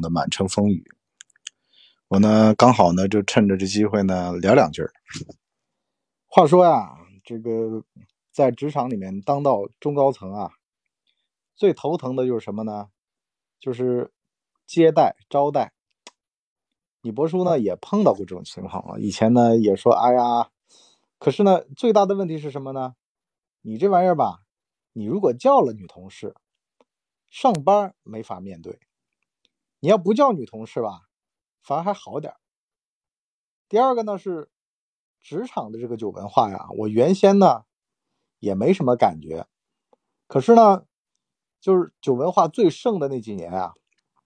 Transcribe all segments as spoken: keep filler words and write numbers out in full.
的满城风雨。我呢刚好呢就趁着这机会呢聊两句。话说呀，这个在职场里面当到中高层啊，最头疼的就是什么呢？就是接待招待。你博叔呢也碰到过这种情况啊，以前呢也说哎呀，可是呢最大的问题是什么呢？你这玩意儿吧，你如果叫了女同事，上班没法面对；你要不叫女同事吧，反而还好点。第二个呢是职场的这个酒文化呀，我原先呢也没什么感觉，可是呢就是酒文化最盛的那几年啊，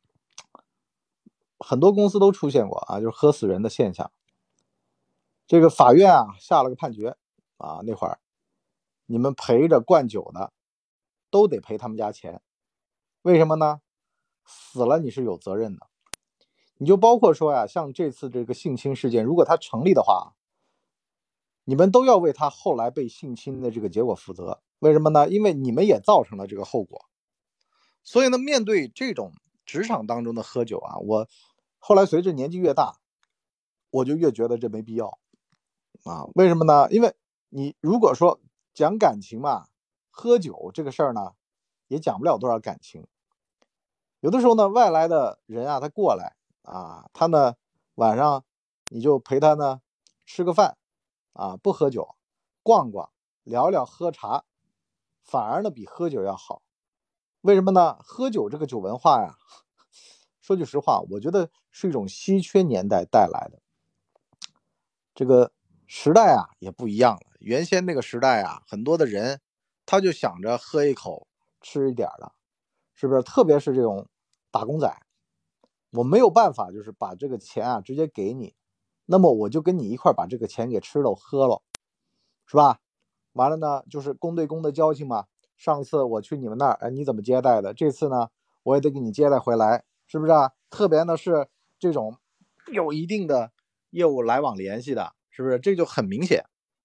很多公司都出现过啊，就是喝死人的现象。这个法院啊下了个判决啊，那会儿你们陪着灌酒的都得赔他们家钱。为什么呢？死了你是有责任的。你就包括说呀，像这次这个性侵事件，如果它成立的话，你们都要为他后来被性侵的这个结果负责。为什么呢？因为你们也造成了这个后果。所以呢，面对这种职场当中的喝酒啊，我后来随着年纪越大，我就越觉得这没必要啊。为什么呢？因为你如果说讲感情嘛，喝酒这个事儿呢，也讲不了多少感情。有的时候呢，外来的人啊，他过来啊，他呢晚上你就陪他呢吃个饭啊，不喝酒，逛逛，聊聊，喝茶，反而呢比喝酒要好。为什么呢？喝酒这个酒文化呀，说句实话，我觉得是一种稀缺年代带来的。这个时代啊也不一样了。原先那个时代啊，很多的人他就想着喝一口吃一点的，是不是？特别是这种打工仔，我没有办法就是把这个钱啊直接给你，那么我就跟你一块把这个钱给吃了喝了，是吧？完了呢就是公对公的交情嘛。上次我去你们那儿，哎，你怎么接待的？这次呢我也得给你接待回来，是不是啊？特别呢是这种有一定的业务来往联系的，是不是？这就很明显。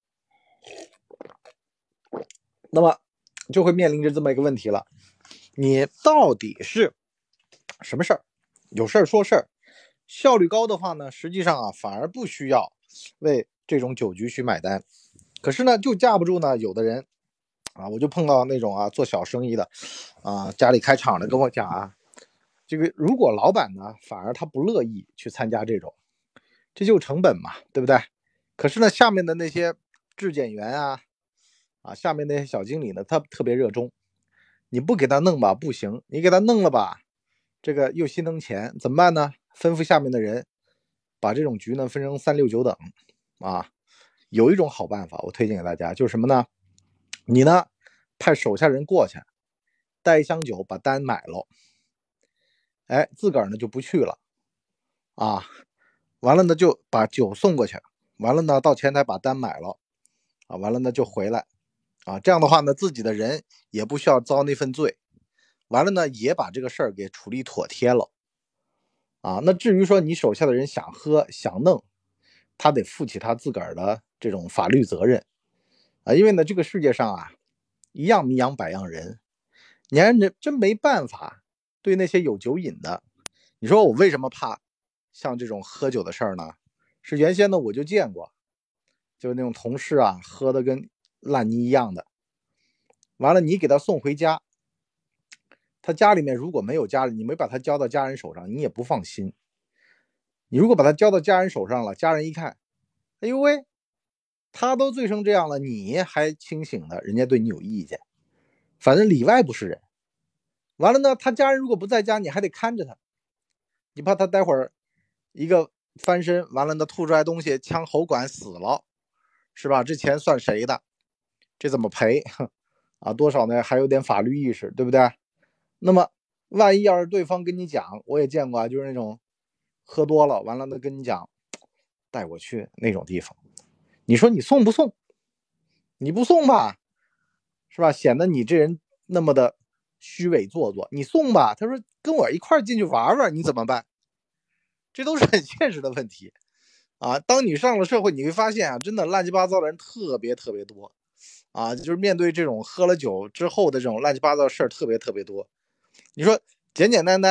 那么就会面临着这么一个问题了，你到底是什么事儿？有事儿说事儿，效率高的话呢，实际上啊反而不需要为这种酒局去买单。可是呢就架不住呢有的人啊，我就碰到那种啊做小生意的啊，家里开厂的跟我讲啊，这个如果老板呢反而他不乐意去参加这种，这就成本嘛，对不对？可是呢下面的那些质检员啊啊，下面那些小经理呢他特别热衷，你不给他弄吧不行，你给他弄了吧，这个又心疼钱，怎么办呢？吩咐下面的人把这种局呢分成三六九等啊。有一种好办法我推荐给大家，就是什么呢？你呢派手下人过去带一箱酒把单买了，哎，自个儿呢就不去了啊。完了呢就把酒送过去，完了呢到前台把单买了啊，完了呢就回来啊。这样的话呢自己的人也不需要遭那份罪，完了呢也把这个事儿给处理妥帖了啊。那至于说你手下的人想喝想弄，他得负起他自个儿的这种法律责任啊。因为呢这个世界上啊一样米养百样人，你还真没办法对那些有酒瘾的。你说我为什么怕像这种喝酒的事儿呢？是原先呢我就见过，就是那种同事啊喝的跟烂泥一样的，完了你给他送回家，他家里面如果没有家人，你没把他交到家人手上，你也不放心。你如果把他交到家人手上了，家人一看，哎呦喂，他都醉成这样了，你还清醒的，人家对你有意见，反正里外不是人。完了呢他家人如果不在家，你还得看着他，你怕他待会儿一个翻身，完了呢吐出来东西呛喉管死了，是吧？这钱算谁的？这怎么赔啊？多少呢还有点法律意识，对不对？那么万一要是对方跟你讲，我也见过啊，就是那种喝多了完了呢跟你讲带我去那种地方，你说你送不送？你不送吧，是吧？显得你这人那么的虚伪做作。你送吧，他说跟我一块进去玩玩，你怎么办？这都是很现实的问题啊。当你上了社会，你会发现啊，真的乱七八糟的人特别特别多啊。就是面对这种喝了酒之后的这种乱七八糟的事儿特别特别多。你说简简单单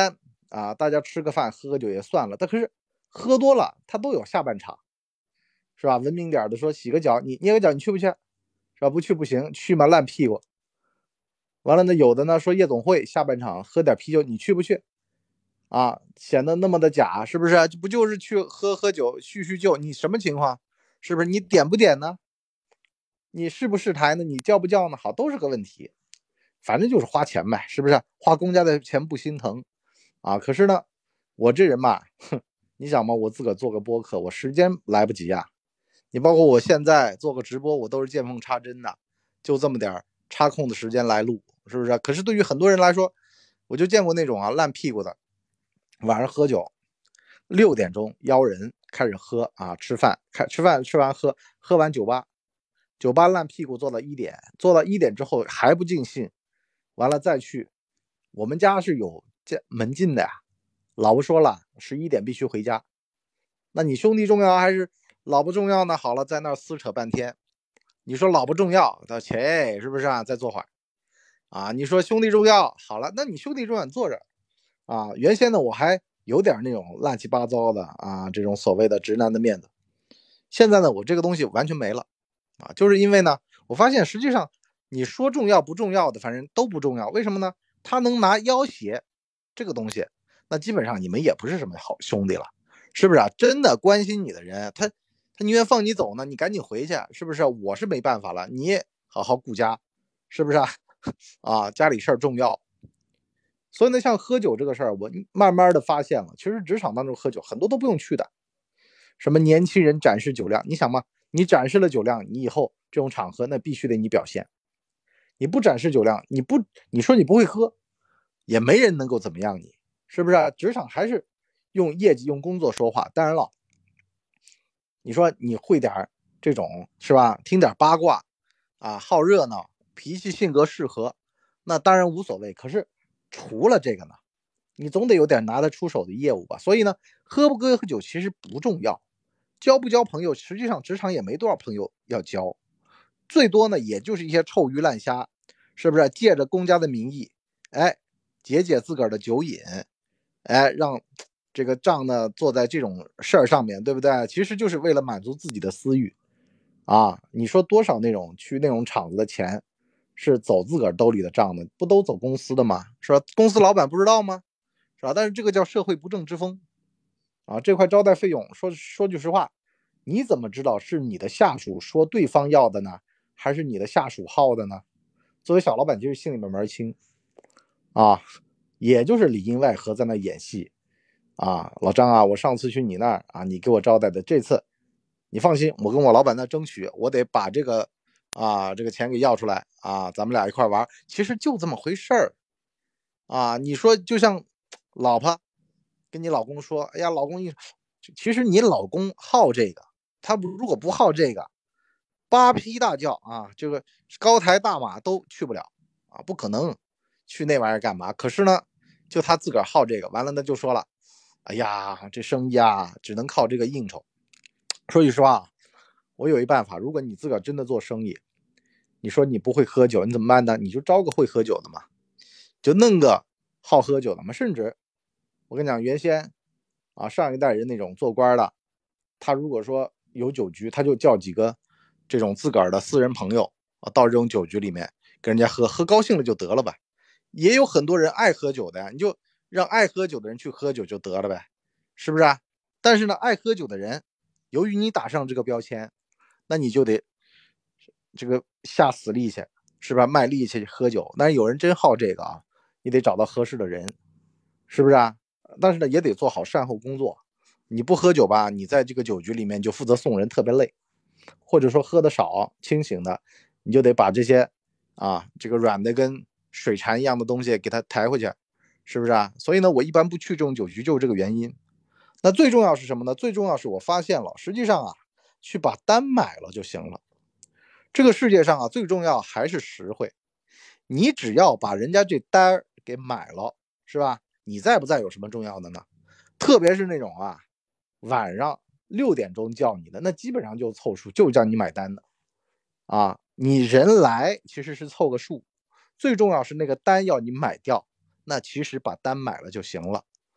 啊，大家吃个饭喝个酒也算了，但可是喝多了他都有下半场，是吧？文明点的说，洗个脚，你捏个脚，你去不去？是吧？不去不行，去嘛烂屁股。完了呢，有的呢说夜总会下半场喝点啤酒，你去不去？啊，显得那么的假，是不是？不就是去喝喝酒叙叙旧？你什么情况？是不是？你点不点呢？你是不是台呢？你叫不叫呢？好，都是个问题。反正就是花钱呗，是不是？花公家的钱不心疼啊？可是呢，我这人嘛，哼，你想嘛，我自个儿做个播客，我时间来不及啊。你包括我现在做个直播，我都是见缝插针的，就这么点插空的时间来录，是不是？可是对于很多人来说，我就见过那种啊烂屁股的，晚上喝酒，六点钟邀人开始喝啊，吃饭，开吃饭吃完喝，喝完酒吧，酒吧烂屁股做到一点，做到一点之后还不尽兴，完了再去。我们家是有门禁的呀，老婆说了，十一点必须回家。那你兄弟重要还是老婆重要呢？好了，在那儿撕扯半天。你说老婆重要，他切，是不是啊？再坐会儿啊。你说兄弟重要，好了，那你兄弟重要，你坐着啊。原先呢，我还有点那种乱七八糟的啊，这种所谓的直男的面子。现在呢，我这个东西完全没了啊，就是因为呢，我发现实际上你说重要不重要的，反正都不重要。为什么呢？他能拿要挟这个东西，那基本上你们也不是什么好兄弟了，是不是啊？真的关心你的人，他他宁愿放你走呢，你赶紧回去，是不是？我是没办法了，你好好顾家，是不是啊？啊，家里事儿重要。所以呢，像喝酒这个事儿，我慢慢的发现了，其实职场当中喝酒很多都不用去的。什么年轻人展示酒量，你想嘛，你展示了酒量，你以后这种场合那必须得你表现。你不展示酒量，你不你说你不会喝，也没人能够怎么样你，是不是啊？职场还是用业绩用工作说话。当然了，你说你会点这种是吧，听点八卦啊，好热闹，脾气性格适合，那当然无所谓。可是除了这个呢，你总得有点拿得出手的业务吧。所以呢，喝不喝酒其实不重要，交不交朋友，实际上职场也没多少朋友要交，最多呢也就是一些臭鱼烂虾，是不是？借着公家的名义，哎，解解自个儿的酒瘾，哎，让这个账呢做在这种事儿上面，对不对？其实就是为了满足自己的私欲啊。你说多少那种去那种场子的钱是走自个儿兜里的账的，不都走公司的吗？是吧？公司老板不知道吗？是吧？但是这个叫社会不正之风啊。这块招待费用，说说句实话，你怎么知道是你的下属说对方要的呢，还是你的下属耗的呢？作为小老板，其实心里面门清啊，也就是里应外合在那演戏啊。老张啊，我上次去你那儿啊，你给我招待的，这次你放心，我跟我老板那争取，我得把这个啊这个钱给要出来啊，咱们俩一块玩。其实就这么回事儿啊。你说就像老婆跟你老公说，哎呀，老公，其实你老公好这个，他如果不好这个，八匹大轿啊，这个高台大马都去不了啊，不可能去那玩意儿干嘛？可是呢，就他自个儿好这个，完了呢就说了，哎呀，这生意啊，只能靠这个应酬。说句实话，我有一办法，如果你自个儿真的做生意，你说你不会喝酒，你怎么办呢？你就招个会喝酒的嘛，就弄个好喝酒的嘛。甚至我跟你讲，原先啊上一代人那种做官的，他如果说有酒局，他就叫几个这种自个儿的私人朋友啊到这种酒局里面跟人家喝，喝高兴了就得了呗。也有很多人爱喝酒的呀，你就让爱喝酒的人去喝酒就得了呗，是不是啊？但是呢，爱喝酒的人，由于你打上这个标签，那你就得这个下死力气，是吧？卖力气喝酒。但是有人真好这个啊，你得找到合适的人，是不是啊？但是呢，也得做好善后工作。你不喝酒吧，你在这个酒局里面就负责送人，特别累。或者说喝的少，清醒的，你就得把这些啊，这个软的跟水蝉一样的东西给它抬回去，是不是啊？所以呢，我一般不去这种酒局，就是这个原因。那最重要是什么呢？最重要是我发现了，实际上啊，去把单买了就行了。这个世界上啊，最重要还是实惠。你只要把人家这单给买了，是吧？你在不在有什么重要的呢？特别是那种啊，晚上六点钟叫你的，那基本上就凑数，就叫你买单的啊。你人来其实是凑个数，最重要是那个单要你买掉，那其实把单买了就行了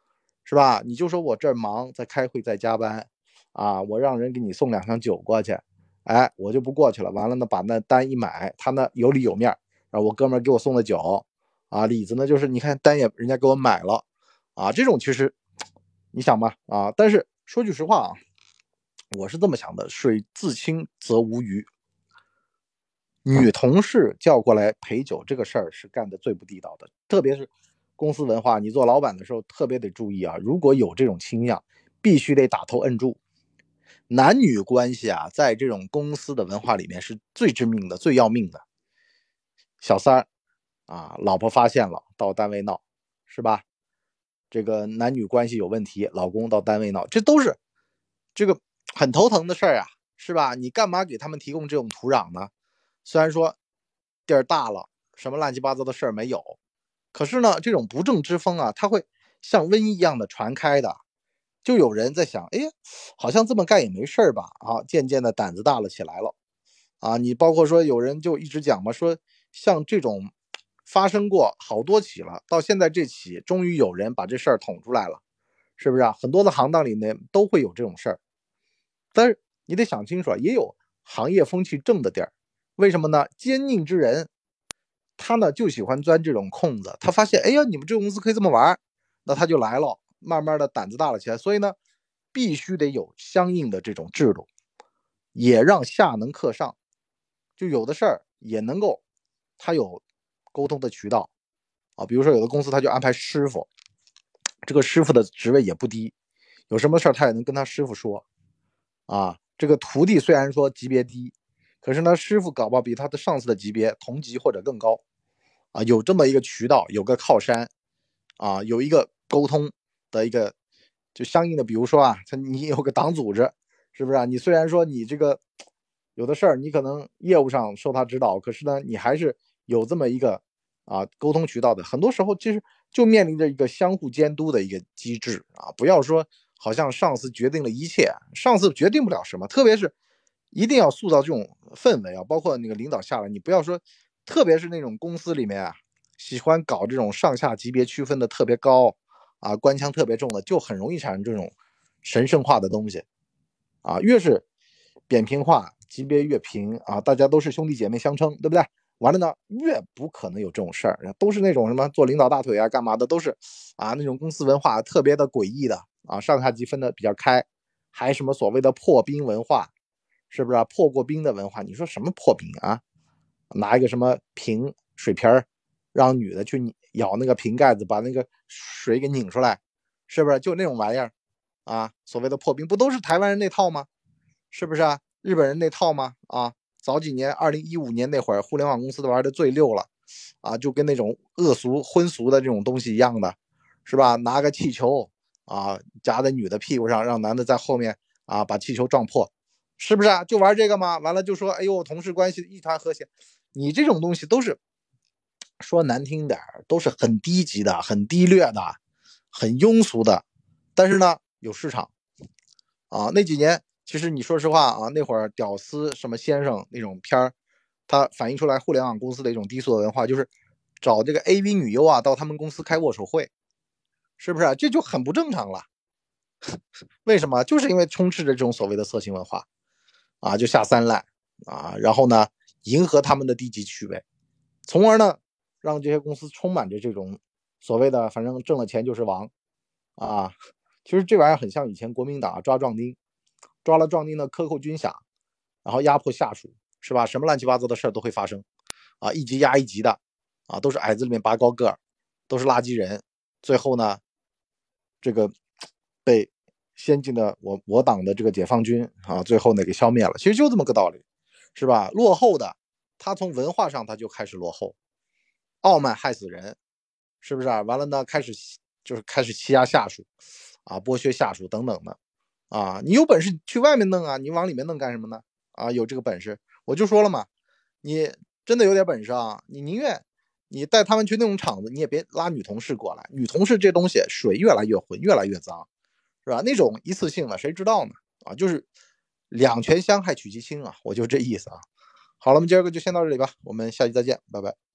是吧？你就说我这儿忙，在开会，在加班啊，我让人给你送两箱酒过去，哎，我就不过去了。完了呢，把那单一买，他那有里有面，然后我哥们儿给我送的酒啊，里子呢就是你看单也人家给我买了啊，这种其实你想吧啊，但是说句实话啊，我是这么想的，水自清则无鱼。女同事叫过来陪酒这个事儿是干的最不地道的，特别是公司文化，你做老板的时候特别得注意啊，如果有这种倾向，必须得打头摁住。男女关系啊，在这种公司的文化里面是最致命的、最要命的。小三啊，老婆发现了，到单位闹，是吧？这个男女关系有问题，老公到单位闹，这都是这个很头疼的事儿啊，是吧？你干嘛给他们提供这种土壤呢？虽然说地儿大了，什么乱七八糟的事儿没有，可是呢，这种不正之风啊，它会像瘟疫一样的传开的。就有人在想，哎呀，好像这么干也没事吧？啊，渐渐的胆子大了起来了。啊，你包括说有人就一直讲嘛，说像这种发生过好多起了，到现在这起终于有人把这事儿捅出来了，是不是啊？很多的行当里面都会有这种事儿，但是你得想清楚啊，也有行业风气正的地儿。为什么呢？奸佞之人，他呢就喜欢钻这种空子。他发现，哎呀，你们这个公司可以这么玩，那他就来了，慢慢的胆子大了起来。所以呢，必须得有相应的这种制度，也让下能克上。就有的事儿也能够，他有沟通的渠道啊。比如说有的公司他就安排师傅，这个师傅的职位也不低，有什么事儿他也能跟他师傅说啊。这个徒弟虽然说级别低，可是呢，师傅搞不好比他的上司的级别同级或者更高啊，有这么一个渠道，有个靠山啊，有一个沟通的一个就相应的，比如说啊，你有个党组织，是不是啊？你虽然说你这个有的事儿你可能业务上受他指导，可是呢，你还是有这么一个啊沟通渠道的。很多时候其实就面临着一个相互监督的一个机制啊，不要说好像上司决定了一切，上司决定不了什么，特别是一定要塑造这种氛围啊，包括那个领导下来，你不要说，特别是那种公司里面啊，喜欢搞这种上下级别区分的特别高啊，官腔特别重的，就很容易产生这种神圣化的东西啊，越是扁平化，级别越平啊，大家都是兄弟姐妹相称，对不对？完了呢，越不可能有这种事儿，都是那种什么做领导大腿啊，干嘛的，都是啊那种公司文化特别的诡异的啊，上下级分的比较开，还什么所谓的破冰文化，是不是啊？破过冰的文化，你说什么破冰啊？拿一个什么瓶水瓶儿，让女的去咬那个瓶盖子，把那个水给拧出来，是不是？就那种玩意儿啊，所谓的破冰，不都是台湾人那套吗？是不是啊？日本人那套吗？啊，早几年二零一五年那会儿，互联网公司都玩的最溜了啊，就跟那种恶俗荤俗的这种东西一样的，是吧？拿个气球啊，夹在女的屁股上，让男的在后面啊把气球撞破，是不是啊？就玩这个吗？完了就说，哎呦，同事关系一团和谐，你这种东西都是说难听点都是很低级的、很低劣的、很庸俗的，但是呢，有市场啊。那几年。其实你说实话啊，那会儿屌丝什么先生那种片儿，它反映出来互联网公司的一种低俗的文化，就是找这个 A V 女优啊到他们公司开握手会，是不是啊？这就很不正常了。为什么？就是因为充斥着这种所谓的色情文化啊，就下三滥啊，然后呢，迎合他们的低级趣味，从而呢，让这些公司充满着这种所谓的反正挣了钱就是王啊。其实这玩意儿很像以前国民党抓壮丁。抓了壮丁的克扣军饷，然后压迫下属，是吧？什么乱七八糟的事都会发生啊，一级压一级的啊，都是矮子里面拔高个儿，都是垃圾人，最后呢，这个被先进的我我党的这个解放军啊，最后呢给消灭了。其实就这么个道理，是吧？落后的他从文化上他就开始落后，傲慢害死人，是不是啊？完了呢，开始就是开始欺压下属啊，剥削下属等等的。啊，你有本事去外面弄啊，你往里面弄干什么呢？啊，有这个本事，我就说了嘛，你真的有点本事啊，你宁愿你带他们去那种场子，你也别拉女同事过来，女同事这东西水越来越浑，越来越脏，是吧？那种一次性的谁知道呢？啊，就是两权相害取其轻啊，我就这意思啊。好了，我们今儿个就先到这里吧，我们下期再见，拜拜。